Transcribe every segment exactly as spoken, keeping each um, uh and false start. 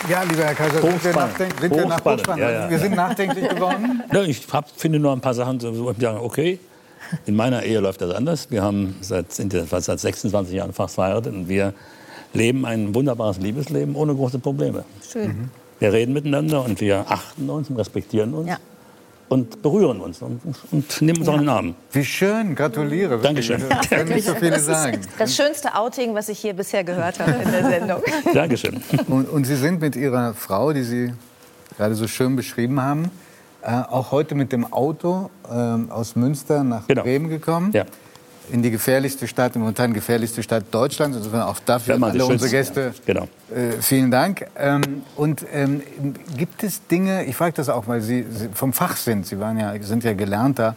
Ja, lieber Herr Kaiser, sind wir, nachdenk sind wir, nach Hochspannend. Ja, ja, wir sind nachdenklich geworden. Ja, ich hab, finde nur ein paar Sachen, wo ich sage, okay, in meiner Ehe läuft das anders. Wir haben seit, sind seit sechsundzwanzig Jahren fast verheiratet und wir leben ein wunderbares Liebesleben ohne große Probleme. Schön. Mhm. Wir reden miteinander und wir achten uns und respektieren uns. Ja. Und berühren uns und, und nehmen uns ja. auch in den Arm. Wie schön, gratuliere. Dankeschön. Ich kann nicht so viele sagen. Das schönste Outing, was ich hier bisher gehört habe in der Sendung. Dankeschön. Und, und Sie sind mit Ihrer Frau, die Sie gerade so schön beschrieben haben, äh, auch heute mit dem Auto äh, aus Münster nach genau. Bremen gekommen. Ja. In die gefährlichste Stadt, momentan gefährlichste Stadt Deutschlands. Insofern auch dafür an alle unsere Gäste. Ja. Genau. Äh, vielen Dank. Ähm, und ähm, gibt es Dinge, ich frage das auch, weil Sie, Sie vom Fach sind, Sie waren ja, sind ja gelernter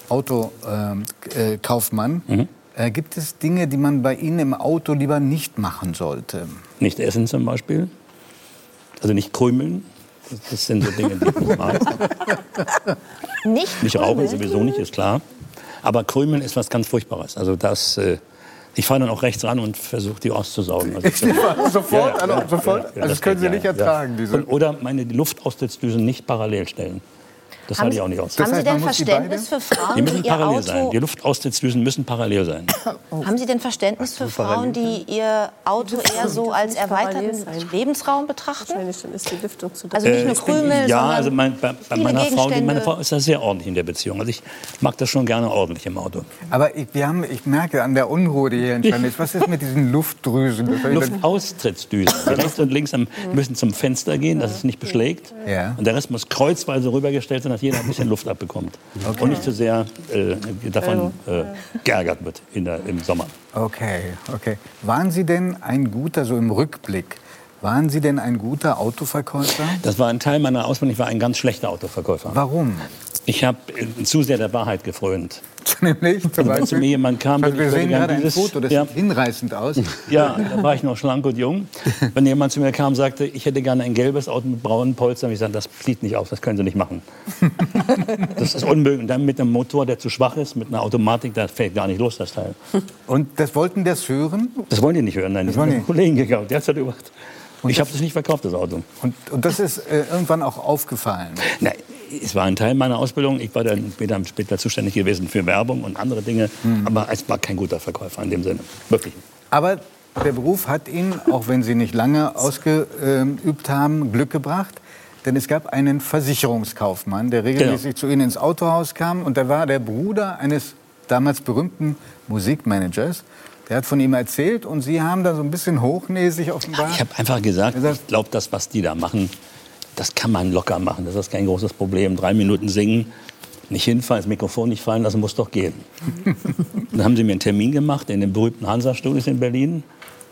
Autokaufmann. Ähm, äh, mhm. äh, gibt es Dinge, die man bei Ihnen im Auto lieber nicht machen sollte? Nicht essen zum Beispiel. Also nicht krümeln. Das sind so Dinge, die ich nicht mag. Nicht, nicht rauchen sowieso nicht, ist klar. Aber Krümeln ist was ganz Furchtbares. Also das, äh, ich fahre dann auch rechts ran und versuche die auszusaugen. Also ich sofort, ja, ja, also, sofort? Ja, ja, also das können Sie nicht ja, ertragen. Diese und, oder meine Luftaustrittdüsen nicht parallel stellen. Das halte ich auch nicht aus. Haben Sie denn Verständnis für Frauen, die müssen die ihr parallel Auto... sein. Die Luftaustrittdüsen müssen parallel sein. Oh. Haben Sie denn Verständnis für Frauen, die ihr Auto eher so als erweiterten Lebensraum betrachten? Wahrscheinlich dann ist die Lüftung zu Also nicht nur Krümel, Ja, sondern also mein, bei, bei meiner Frau, meine Frau ist da sehr ordentlich in der Beziehung. Also ich mag das schon gerne ordentlich im Auto. Aber ich, wir haben, ich merke an der Unruhe, die hier entstanden ist, was ist mit diesen Luftdrüsen? Luftaustrittdüsen. Rechts und links am, müssen zum Fenster gehen, dass es nicht beschlägt. Ja. Und der Rest muss kreuzweise rübergestellt sein, dass jeder ein bisschen Luft abbekommt. Okay. Und nicht zu sehr äh, davon äh, geärgert wird in der, im Sommer. Okay, okay. Waren Sie denn ein guter, so im Rückblick, waren Sie denn ein guter Autoverkäufer? Das war ein Teil meiner Ausbildung. Ich war ein ganz schlechter Autoverkäufer. Warum? Ich habe äh, zu sehr der Wahrheit gefrönt. Nämlich? Zum Beispiel? Wenn zu mir jemand kam, also wir sehen gerade dieses, ein Foto, das ja, sieht hinreißend aus. Ja, da war ich noch schlank und jung. Wenn jemand zu mir kam und sagte, ich hätte gerne ein gelbes Auto mit braunen Polstern, habe ich gesagt, das sieht nicht aus, das können Sie nicht machen. Das ist unmöglich. Und dann mit einem Motor, der zu schwach ist, mit einer Automatik, das fällt gar nicht los, das Teil. Und das wollten das hören? Das wollen die nicht hören, nein. Das haben einen Kollegen gekauft, der hat es gemacht. Ich habe das nicht verkauft, das Auto. Und, und das ist äh, irgendwann auch aufgefallen? Nein, es war ein Teil meiner Ausbildung. Ich war dann später, später zuständig gewesen für Werbung und andere Dinge. Mhm. Aber es war kein guter Verkäufer in dem Sinne. Wirklich. Aber der Beruf hat Ihnen, auch wenn Sie nicht lange ausgeübt haben, Glück gebracht. Denn es gab einen Versicherungskaufmann, der regelmäßig genau. zu Ihnen ins Autohaus kam. Und der war der Bruder eines damals berühmten Musikmanagers. Der hat von ihm erzählt und Sie haben da so ein bisschen hochnäsig offenbar. Ich habe einfach gesagt, ich glaube, das, was die da machen, das kann man locker machen. Das ist kein großes Problem. Drei Minuten singen, nicht hinfallen, das Mikrofon nicht fallen lassen, muss doch gehen. Dann haben sie mir einen Termin gemacht in den berühmten Hansa-Studios in Berlin.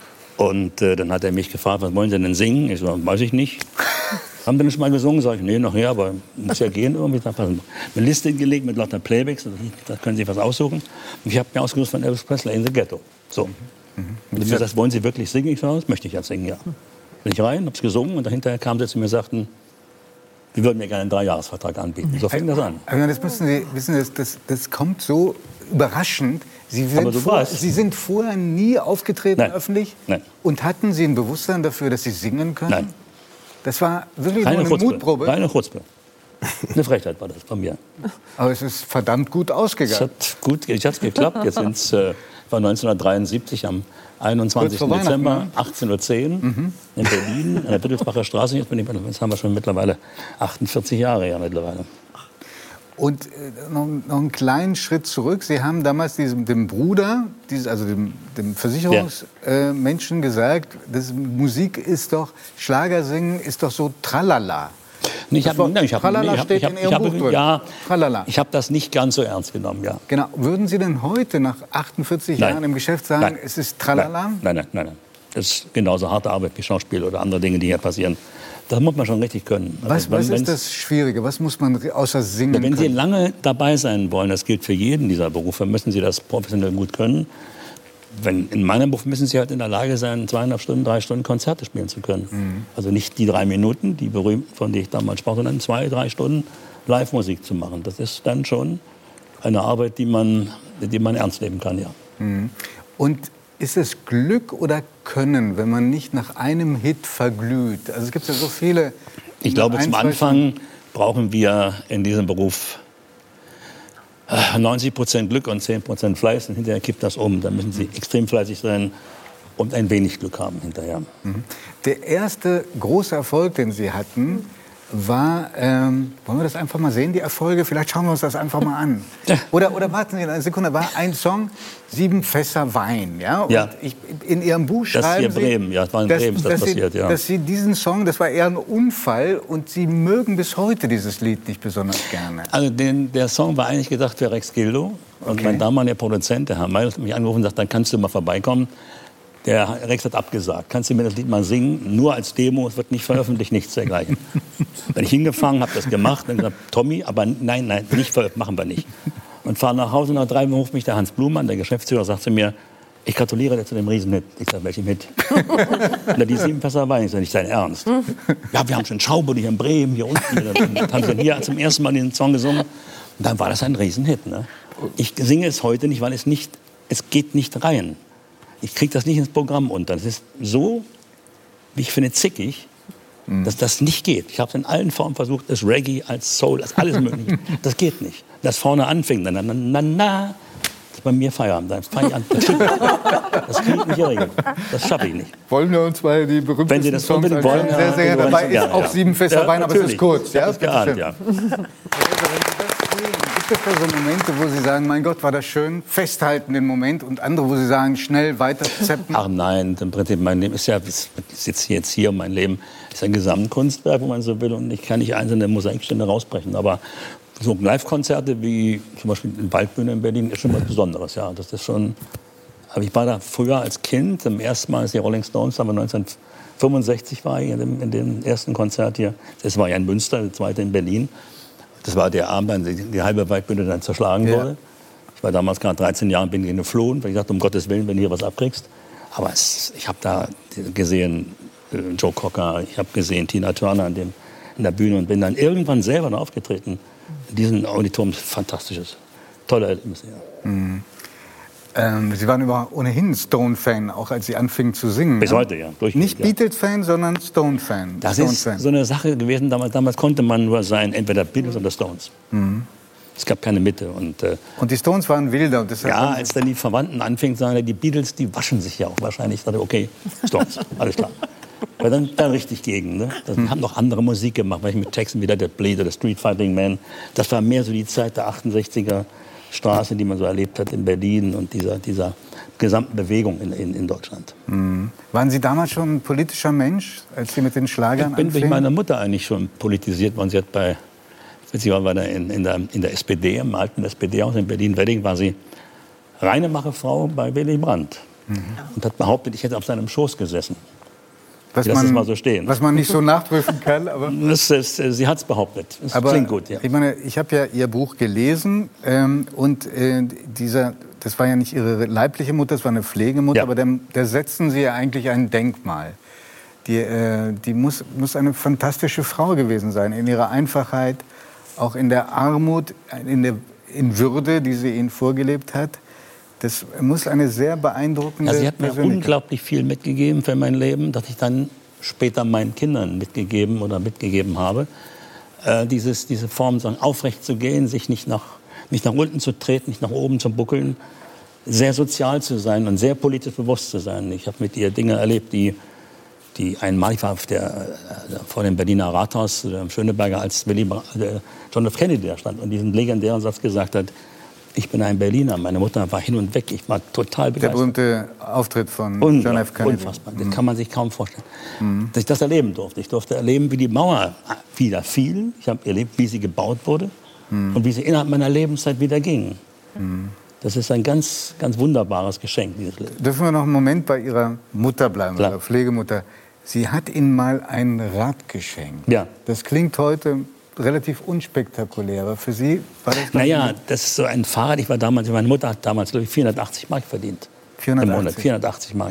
Und äh, dann hat er mich gefragt, was wollen Sie denn singen? Ich so, weiß ich nicht. Haben Sie denn schon mal gesungen? Sag ich, nee, nachher, aber muss ja gehen irgendwie. Ich habe eine Liste gelegt mit lauter Playbacks, da können Sie was aussuchen. Und ich habe mir ausgesucht von Elvis Presley, In the Ghetto. So. Mhm. Und ich gesagt, wollen Sie wirklich singen? Ich sage, das möchte ich jetzt singen, ja. Bin ich rein, habe es gesungen und dahinter kamen sie zu mir und sagten, wir würden mir gerne einen Dreijahresvertrag anbieten. So fing das an. Aber das müssen Sie wissen, das, das, das kommt so überraschend. Sie sind, so vor, Sie sind vorher nie aufgetreten Nein. öffentlich? Nein. Und hatten Sie ein Bewusstsein dafür, dass Sie singen können? Nein. Das war wirklich Keine nur eine Chutzpe. Mutprobe? Keine Chutzpe. Eine Frechheit war das von mir. Aber es ist verdammt gut ausgegangen. Es hat gut es hat geklappt. Jetzt sind's, äh, war neunzehnhundertdreiundsiebzig am einundzwanzigsten Dezember, achtzehn Uhr zehn mhm. in Berlin, an der Wittelsbacher Straße. Jetzt, bin ich, jetzt haben wir schon mittlerweile achtundvierzig Jahre ja mittlerweile. Und äh, noch, noch einen kleinen Schritt zurück. Sie haben damals diesem, dem Bruder, dieses, also dem, dem Versicherungsmenschen ja. äh, gesagt, das, Musik ist doch, Schlagersingen ist doch so tralala. Ich habe ich hab, Tralala ich hab, steht ich hab, in Ihrem ich hab, Buch drin. Ja, Tralala. Ich habe das nicht ganz so ernst genommen, ja. Genau. Würden Sie denn heute, nach achtundvierzig Nein. Jahren im Geschäft, sagen, Nein. es ist Tralala? Nein, nein, nein, nein. Das ist genauso harte Arbeit wie Schauspiel oder andere Dinge, die hier passieren. Das muss man schon richtig können. Was, also, was wenn, ist das Schwierige? Was muss man außer singen Wenn können? Sie lange dabei sein wollen, das gilt für jeden dieser Berufe, müssen Sie das professionell gut können. Wenn, in meinem Beruf müssen Sie halt in der Lage sein, zweieinhalb Stunden, drei Stunden Konzerte spielen zu können. Mhm. Also nicht die drei Minuten, die berühmten, von denen ich damals sprach, sondern zwei, drei Stunden Live-Musik zu machen. Das ist dann schon eine Arbeit, die man, die man ernst nehmen kann, ja. Mhm. Und Ist es Glück oder Können, wenn man nicht nach einem Hit verglüht? Also es gibt ja so viele... Ich glaube, zum Anfang brauchen wir in diesem Beruf neunzig Prozent Glück und zehn Prozent Fleiß. Und hinterher kippt das um. Da müssen Sie extrem fleißig sein und ein wenig Glück haben hinterher. Der erste große Erfolg, den Sie hatten, war, ähm, wollen wir das einfach mal sehen, die Erfolge? Vielleicht schauen wir uns das einfach mal an. Oder, oder warten Sie eine Sekunde, war ein Song, Sieben Fässer Wein, ja? Und ja. Ich, in Ihrem Buch schreiben das hier Sie, Bremen, ja, das war in dass, Bremen, ist das dass passiert, Sie, ja. dass Sie diesen Song, das war eher ein Unfall und Sie mögen bis heute dieses Lied nicht besonders gerne. Also den, der Song war eigentlich gedacht für Rex Gildo. Und okay. mein damaliger Produzent, der Herr Meil, hat mich angerufen und gesagt, dann kannst du mal vorbeikommen. Der Rex hat abgesagt. Kannst du mir das Lied mal singen? Nur als Demo, es wird nicht veröffentlicht, nichts dergleichen. Bin ich hingefangen, habe das gemacht und gesagt, Tommy, aber nein, nein, nicht machen wir nicht. Und fahre nach Hause, nach drei Wochen ruft mich der Hans Blumann, der Geschäftsführer, sagt zu mir, ich gratuliere dir zu dem Riesenhit. Ich sage, welchem Hit? Na, die Sieben Fässer Wein. Ich sage, nicht dein Ernst. Ja, wir haben schon Schaubude hier in Bremen, hier unten. Dann haben sie hier zum ersten Mal den Song gesungen. Und dann war das ein Riesenhit. Ne? Ich singe es heute nicht, weil es nicht, es geht nicht rein. Ich kriege das nicht ins Programm unter. Das ist so, wie ich finde, zickig, mhm. dass das nicht geht. Ich habe es in allen Formen versucht, das Reggae, als Soul, als alles mögliche. Das geht nicht. Das vorne anfing, na, na, na, na, das ist bei mir Feierabend. Das fange ich an. Das kriege ich nicht geregelt. Das schaffe ich nicht. Wollen wir uns mal die berühmten Wenn Sie das unbedingt wollen, sehr, sehr gerne. Dabei ist ja, auch ja. Sieben Fässer ja, Wein, aber es ist kurz. Ja, das geahnt, ja. Gibt es da so Momente, wo Sie sagen, mein Gott, war das schön, festhalten den Moment, und andere, wo Sie sagen, schnell weiterzeppen? Ach nein, im Prinzip, mein Leben ist ja, ich sitze jetzt hier, mein Leben ist ein Gesamtkunstwerk, wenn man so will, und ich kann nicht einzelne Mosaikstände rausbrechen, aber so Live-Konzerte wie zum Beispiel in Waldbühne in Berlin ist schon was Besonderes, ja, das ist schon, aber ich war da früher als Kind, zum ersten Mal, als die Rolling Stones, aber neunzehnhundertfünfundsechzig war ich in dem, in dem ersten Konzert hier, das war ja in Münster, das zweite in Berlin. Das war der Abend, an dem die halbe Waldbühne dann zerschlagen ja. wurde. Ich war damals gerade dreizehn Jahre, bin geflohen, weil ich dachte, um Gottes Willen, wenn du hier was abkriegst. Aber es, ich habe da gesehen, äh, Joe Cocker, ich habe gesehen Tina Turner an dem, in der Bühne und bin dann irgendwann selber noch aufgetreten. In diesem Auditorium, fantastisches, tolle Erlebnis. Ja. Mhm. Ähm, Sie waren über ohnehin Stone-Fan, auch als Sie anfingen zu singen. Bis ne? heute, ja. Nicht Beatles-Fan, sondern Stone-Fan. Das Stone ist so eine Sache gewesen, damals, damals konnte man nur sein, entweder Beatles oder Stones. Mhm. Es gab keine Mitte. Und, äh, und die Stones waren wilder. Und deshalb ja, als dann die Verwandten anfingen zu sagen, die Beatles, die waschen sich ja auch wahrscheinlich. Ich dachte, okay, Stones, alles klar. War dann, dann richtig gegen. Ne? Das, die haben noch andere Musik gemacht, weil ich mit Texten wie Dead Bleed oder Street Fighting Man. Das war mehr so die Zeit der achtundsechziger Straße, die man so erlebt hat in Berlin und dieser, dieser gesamten Bewegung in, in, in Deutschland. Mhm. Waren Sie damals schon ein politischer Mensch, als Sie mit den Schlagern Ich bin anfingen? durch meine Mutter eigentlich schon politisiert worden. Sie hat bei, sie war bei der, in, in, der, in der S P D, im alten S P D-Haus in Berlin-Wedding, war sie reine Macherfrau bei Willy Brandt. Mhm. Und hat behauptet, ich hätte auf seinem Schoß gesessen. Was Lass man, es mal so stehen. Was man nicht so nachprüfen kann. Aber das ist, sie hat es behauptet. Das aber klingt gut, ja. Ich meine, ich habe ja Ihr Buch gelesen ähm, und äh, dieser, das war ja nicht Ihre leibliche Mutter, das war eine Pflegemutter, ja. aber der, der setzen Sie ja eigentlich ein Denkmal. Die, äh, die muss, muss eine fantastische Frau gewesen sein, in ihrer Einfachheit, auch in der Armut, in der in Würde, die sie Ihnen vorgelebt hat. Das muss eine sehr beeindruckende ja, sie hat mir unglaublich viel mitgegeben für mein Leben, das ich dann später meinen Kindern mitgegeben oder mitgegeben habe. Äh, dieses, diese Form, so aufrecht zu gehen, sich nicht nach, nicht nach unten zu treten, nicht nach oben zu buckeln, sehr sozial zu sein und sehr politisch bewusst zu sein. Ich habe mit ihr Dinge erlebt, die, die einmal, ich war auf der, äh, vor dem Berliner Rathaus, äh, Schöneberger, als Willy, äh, John F. Kennedy da stand und diesen legendären Satz gesagt hat: Ich bin ein Berliner. Meine Mutter war hin und weg. Ich war total begeistert. Der berühmte Auftritt von John F. Kennedy. Unfassbar. Das kann man sich kaum vorstellen. Mhm. Dass ich das erleben durfte. Ich durfte erleben, wie die Mauer wieder fiel. Ich habe erlebt, wie sie gebaut wurde mhm. und wie sie innerhalb meiner Lebenszeit wieder ging. Mhm. Das ist ein ganz, ganz wunderbares Geschenk, dieses Leben. Dürfen wir noch einen Moment bei Ihrer Mutter bleiben, Klar. Ihrer Pflegemutter? Sie hat Ihnen mal ein Rad geschenkt. Ja. Das klingt heute relativ unspektakulär, aber für Sie war das... Naja, das ist so ein Fahrrad. Ich war damals, meine Mutter hat damals, glaube ich, vierhundertachtzig Mark verdient. vierhundertachtzig? Im Monat, vierhundertachtzig Mark.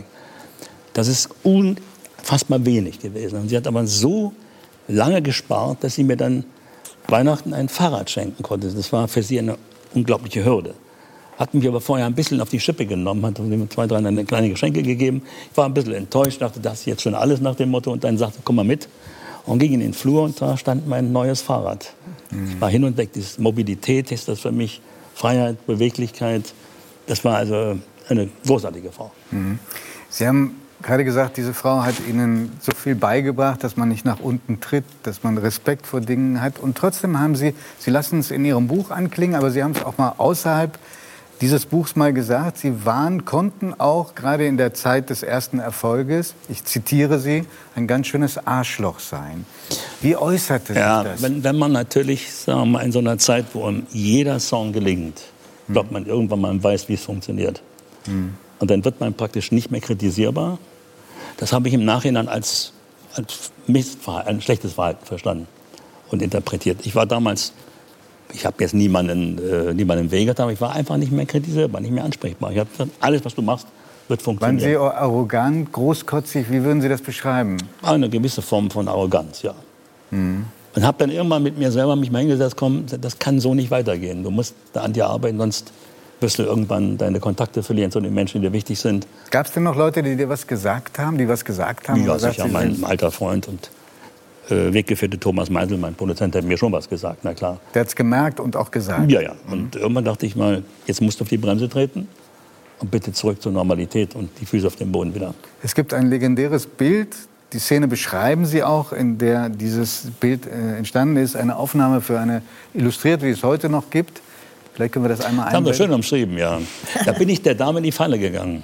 Das ist unfassbar wenig gewesen. Und sie hat aber so lange gespart, dass sie mir dann Weihnachten ein Fahrrad schenken konnte. Das war für sie eine unglaubliche Hürde. hat mich aber vorher ein bisschen auf die Schippe genommen, hat mir zwei, drei eine kleine Geschenke gegeben. Ich war ein bisschen enttäuscht, dachte, das ist jetzt schon alles nach dem Motto. Und dann sagte, komm mal mit. Und ging in den Flur und da stand mein neues Fahrrad. Mhm. Ich war hin und weg. Die Mobilität ist das für mich, Freiheit, Beweglichkeit. Das war also eine großartige Frau. Mhm. Sie haben gerade gesagt, diese Frau hat Ihnen so viel beigebracht, dass man nicht nach unten tritt, dass man Respekt vor Dingen hat. Und trotzdem haben Sie, Sie lassen es in Ihrem Buch anklingen, aber Sie haben es auch mal außerhalb dieses Buchs mal gesagt, Sie waren, konnten auch gerade in der Zeit des ersten Erfolges, ich zitiere Sie, ein ganz schönes Arschloch sein. Wie äußerte sich ja, das? Wenn, wenn man natürlich, sagen wir mal, in so einer Zeit, wo jeder Song gelingt, hm. glaubt man irgendwann mal weiß, wie es funktioniert. Hm. Und dann wird man praktisch nicht mehr kritisierbar. Das habe ich im Nachhinein als, als Missverhalten, ein schlechtes Verhalten verstanden und interpretiert. Ich war damals, ich habe jetzt niemanden, äh, niemanden wehgetan, aber ich war einfach nicht mehr kritisierbar, nicht mehr ansprechbar. Ich habe gesagt, alles, was du machst, wird funktionieren. Waren Sie arrogant, großkotzig, wie würden Sie das beschreiben? Eine gewisse Form von Arroganz, ja. Mhm. Und habe dann irgendwann mit mir selber mich mal hingesetzt, komm, das kann so nicht weitergehen. Du musst da an dir arbeiten, sonst wirst du irgendwann deine Kontakte verlieren zu den Menschen, die dir wichtig sind. Gab es denn noch Leute, die dir was gesagt haben, die was gesagt haben? Ja, sicher, mein alter Freund und äh, Weggefährte Thomas Meisel, mein Produzent, hat mir schon was gesagt, na klar. Der hat es gemerkt und auch gesagt? Ja, ja. Und mhm. irgendwann dachte ich mal, jetzt musst du auf die Bremse treten und bitte zurück zur Normalität und die Füße auf den Boden wieder. Es gibt ein legendäres Bild, die Szene beschreiben Sie auch, in der dieses Bild äh, entstanden ist, eine Aufnahme für eine Illustriert, wie es heute noch gibt. Vielleicht können wir das einmal einblenden. Das haben wir schön umschrieben, ja. Da bin ich der Dame in die Falle gegangen.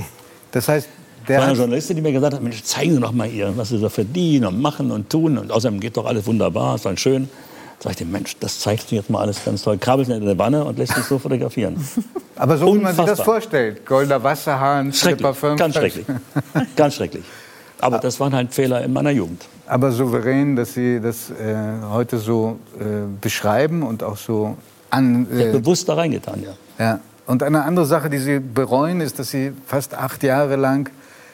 Das heißt, der das war eine Journalistin, die mir gesagt hat, Mensch, zeigen Sie doch mal ihr, was Sie so verdienen und machen und tun. Und außerdem geht doch alles wunderbar, ist dann schön. Da sag ich, Mensch, das zeigst du jetzt mal alles ganz toll. Krabbelst in der Wanne und lässt sich so fotografieren. Aber so, wie man sich das vorstellt. Goldener Wasserhahn, Parfüm. Ganz schrecklich. Ganz schrecklich. Aber das waren halt Fehler in meiner Jugend. Aber souverän, dass Sie das äh, heute so äh, beschreiben und auch so an, äh, bewusst da reingetan, ja. Ja. Und eine andere Sache, die Sie bereuen, ist, dass Sie fast acht Jahre lang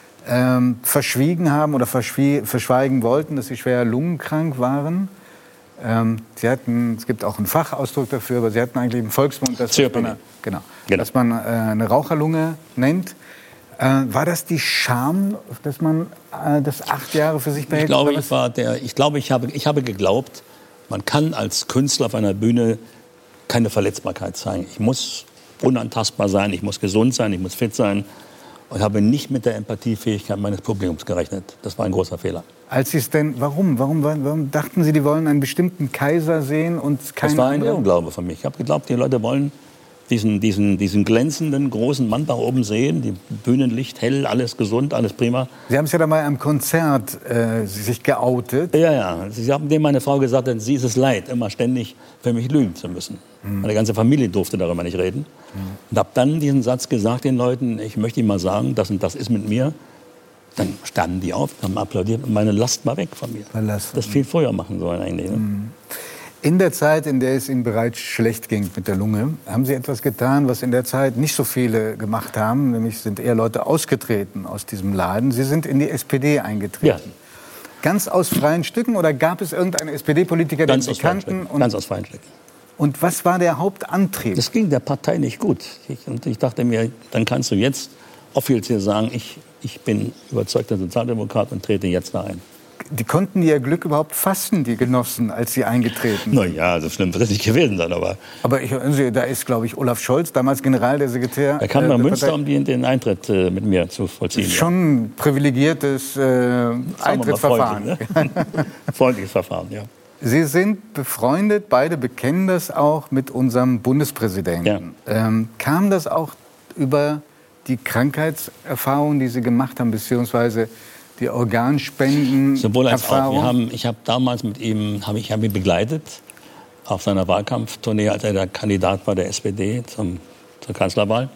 ähm, verschwiegen haben oder verschweigen wollten, dass Sie schwer lungenkrank waren. Ähm, Sie hatten, es gibt auch einen Fachausdruck dafür, aber Sie hatten eigentlich im Volksmund, das, was man, genau, genau. dass man äh, eine Raucherlunge nennt. Äh, war das die Scham, dass man äh, das acht Jahre für sich behält? Ich glaube, ich, war der, ich, glaube ich, habe, ich habe geglaubt, man kann als Künstler auf einer Bühne keine Verletzbarkeit zeigen. Ich muss unantastbar sein, ich muss gesund sein, ich muss fit sein. Und habe nicht mit der Empathiefähigkeit meines Publikums gerechnet. Das war ein großer Fehler. Als Sie es denn, warum? warum? Warum dachten Sie, die wollen einen bestimmten Kaiser sehen und keinen Das war ein anderen? Irrglaube von mir. Ich habe geglaubt, die Leute wollen diesen, diesen, diesen glänzenden, großen Mann da oben sehen. Die Bühnenlicht hell, alles gesund, alles prima. Sie haben es ja dann mal am Konzert äh, sich geoutet. Ja, ja. Sie haben dem meine Frau gesagt, sie ist es leid, immer ständig für mich lügen zu müssen. Mhm. Meine ganze Familie durfte darüber nicht reden. Mhm. Und habe dann diesen Satz gesagt den Leuten, ich möchte Ihnen mal sagen, das und das ist mit mir. Dann standen die auf, haben applaudiert und meine Last war weg von mir. Verlassen. Das viel früher machen sollen eigentlich. Ne? Mhm. In der Zeit, in der es Ihnen bereits schlecht ging mit der Lunge, haben Sie etwas getan, was in der Zeit nicht so viele gemacht haben. Nämlich sind eher Leute ausgetreten aus diesem Laden. Sie sind in die S P D eingetreten. Ja. Ganz aus freien Stücken oder gab es irgendeinen S P D-Politiker, den Sie kannten? Und Ganz aus freien Stücken. Und was war der Hauptantrieb? Das ging der Partei nicht gut. Ich, und ich dachte mir, dann kannst du jetzt offiziell sagen, ich, ich bin überzeugter Sozialdemokrat und trete jetzt da ein. Die konnten ihr Glück überhaupt fassen, die Genossen, als sie eingetreten sind? Na ja, so schlimm wird es nicht gewesen sein, aber... Aber ich, da ist, glaube ich, Olaf Scholz, damals General der Sekretär... Er kam nach äh, Münster, Partei, um die, den Eintritt äh, mit mir zu vollziehen. Schon ein privilegiertes äh, Eintrittsverfahren. Freundlich, ne? Freundliches Verfahren, ja. Sie sind befreundet, beide bekennen das auch mit unserem Bundespräsidenten. Ja. Ähm, kam das auch über die Krankheitserfahrungen, die Sie gemacht haben, beziehungsweise die Organspenden? Sowohl als auch. Wir haben, ich habe damals mit ihm, habe ich hab ihn begleitet auf seiner Wahlkampftournee, als er der Kandidat war der S P D zum, zur Kanzlerwahl.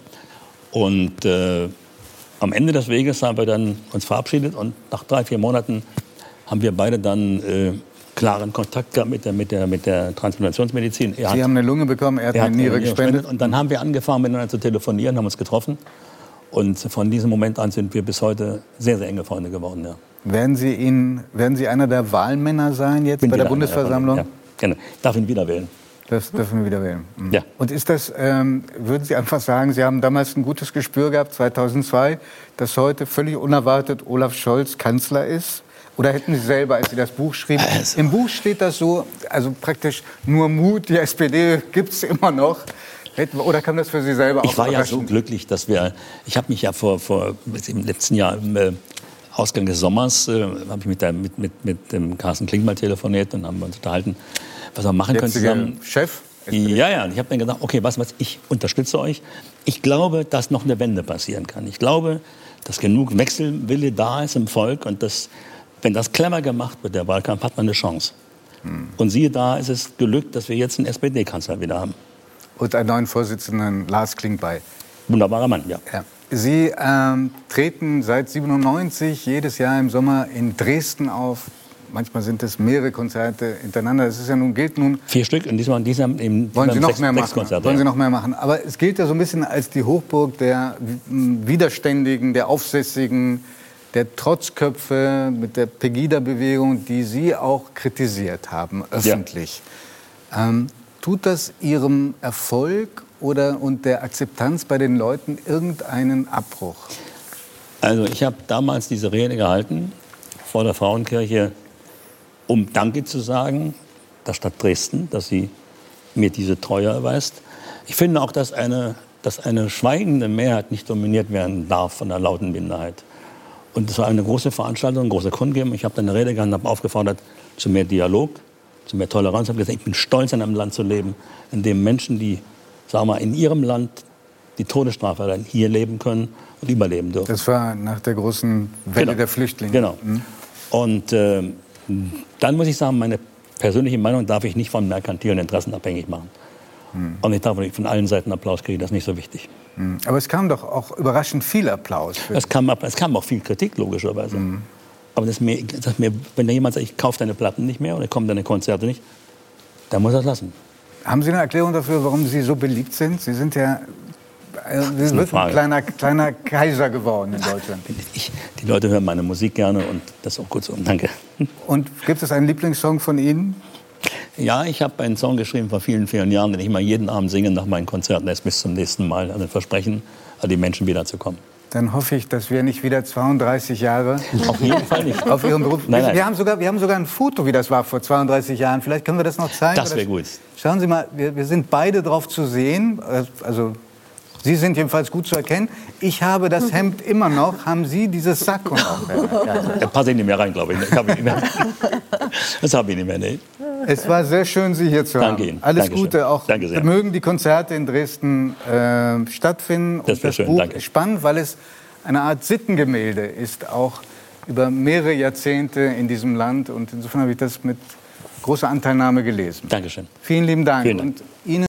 Und äh, am Ende des Weges haben wir dann uns verabschiedet und nach drei, vier Monaten haben wir beide dann äh, klaren Kontakt gehabt mit der, mit der, mit der Transplantationsmedizin. Er Sie hat, haben eine Lunge bekommen, er hat, er hat eine Niere gespendet. Und dann haben wir angefangen, miteinander zu telefonieren, haben uns getroffen. Und von diesem Moment an sind wir bis heute sehr, sehr enge Freunde geworden. Ja. Werden Sie, ihn, werden Sie einer der Wahlmänner sein jetzt Bin bei der Bundesversammlung? Ja, gerne. Ich darf ihn wieder wählen. Das dürfen wir wieder wählen. Mhm. Ja. Und ist das, ähm, würden Sie einfach sagen, Sie haben damals ein gutes Gespür gehabt, zweitausendzwei, dass heute völlig unerwartet Olaf Scholz Kanzler ist? Oder hätten Sie selber, als Sie das Buch schrieben, also. Im Buch steht das so, also praktisch nur Mut, die S P D gibt es immer noch. Oder kam das für Sie selber auch? Ich war ja so glücklich, dass wir, ich habe mich ja vor, vor im letzten Jahr, im äh, Ausgang des Sommers, äh, habe ich mit, der, mit, mit, mit dem Carsten Klink mal telefoniert und haben uns unterhalten, was wir machen können zusammen. Chef? Ja, ja, und ich habe dann gedacht, okay, was, was, ich unterstütze euch. Ich glaube, dass noch eine Wende passieren kann. Ich glaube, dass genug Wechselwille da ist im Volk und dass, wenn das clever gemacht wird, der Wahlkampf, hat man eine Chance. Hm. Und siehe da, ist es gelückt, dass wir jetzt einen S P D-Kanzler wieder haben. Und einen neuen Vorsitzenden, Lars Klink, bei. Wunderbarer Mann, ja. ja. Sie ähm, treten seit siebenundneunzig jedes Jahr im Sommer in Dresden auf. Manchmal sind es mehrere Konzerte hintereinander. Es ist ja nun, gilt nun... Vier Stück und diesmal, diesmal eben wollen Sie noch sechs, mehr machen? Konzerte, wollen ja. Sie noch mehr machen? Aber es gilt ja so ein bisschen als die Hochburg der Widerständigen, der Aufsässigen, der Trotzköpfe mit der Pegida-Bewegung, die Sie auch kritisiert haben, öffentlich. Ja. Ähm, tut das Ihrem Erfolg oder und der Akzeptanz bei den Leuten irgendeinen Abbruch? Also ich habe damals diese Rede gehalten vor der Frauenkirche, um Danke zu sagen, der Stadt Dresden, dass sie mir diese Treue erweist. Ich finde auch, dass eine, dass eine schweigende Mehrheit nicht dominiert werden darf von einer lauten Minderheit. Und es war eine große Veranstaltung, eine große Kundgebung. Ich habe dann eine Rede gehalten, habe aufgefordert zu mehr Dialog, zu mehr Toleranz. Ich habe gesagt, ich bin stolz, in einem Land zu leben, in dem Menschen, die, sagen wir mal, in ihrem Land die Todesstrafe dann hier leben können und überleben dürfen. Das war nach der großen Welle genau. der Flüchtlinge. Genau. Mhm. Und äh, dann muss ich sagen, meine persönliche Meinung darf ich nicht von merkantilen Interessen abhängig machen. Mhm. Und ich darf von allen Seiten Applaus kriegen, das ist nicht so wichtig. Mhm. Aber es kam doch auch überraschend viel Applaus. Es kam, es kam auch viel Kritik, logischerweise. Mhm. Aber das ist mir, das ist mir, wenn da jemand sagt, ich kaufe deine Platten nicht mehr oder ich komme deine Konzerte nicht, dann muss er das lassen. Haben Sie eine Erklärung dafür, warum Sie so beliebt sind? Sie sind ja Sie sind ein kleiner, kleiner Kaiser geworden in Deutschland. Ich, die Leute hören meine Musik gerne und das ist auch gut so. Danke. Und gibt es einen Lieblingssong von Ihnen? Ja, ich habe einen Song geschrieben vor vielen, vielen Jahren, den ich mal jeden Abend singe nach meinen Konzerten. Das ist bis zum nächsten Mal. Also ein Versprechen, an die Menschen wiederzukommen. Dann hoffe ich, dass wir nicht wieder zweiunddreißig Jahre auf jeden Fall nicht auf Ihrem Beruf. Nein, nein. Wir haben sogar, wir haben sogar ein Foto, wie das war vor zweiunddreißig Jahren. Vielleicht können wir das noch zeigen. Das wäre gut. Schauen Sie mal, wir, wir sind beide drauf zu sehen. Also Sie sind jedenfalls gut zu erkennen. Ich habe das Hemd immer noch. Haben Sie dieses Sakko noch? Da passe ich nicht mehr rein, glaube ich. ich hab nicht mehr. Das habe ich nicht mehr, nee. Es war sehr schön, Sie hier zu Danke haben. Ihnen. Alles Dankeschön. Gute. Auch Danke sehr. mögen die Konzerte in Dresden äh, stattfinden. Das wäre schön. Buch Danke. Ist spannend, weil es eine Art Sittengemälde ist, auch über mehrere Jahrzehnte in diesem Land. Und insofern habe ich das mit großer Anteilnahme gelesen. Dankeschön. Vielen lieben Dank. Vielen Dank. Und Ihnen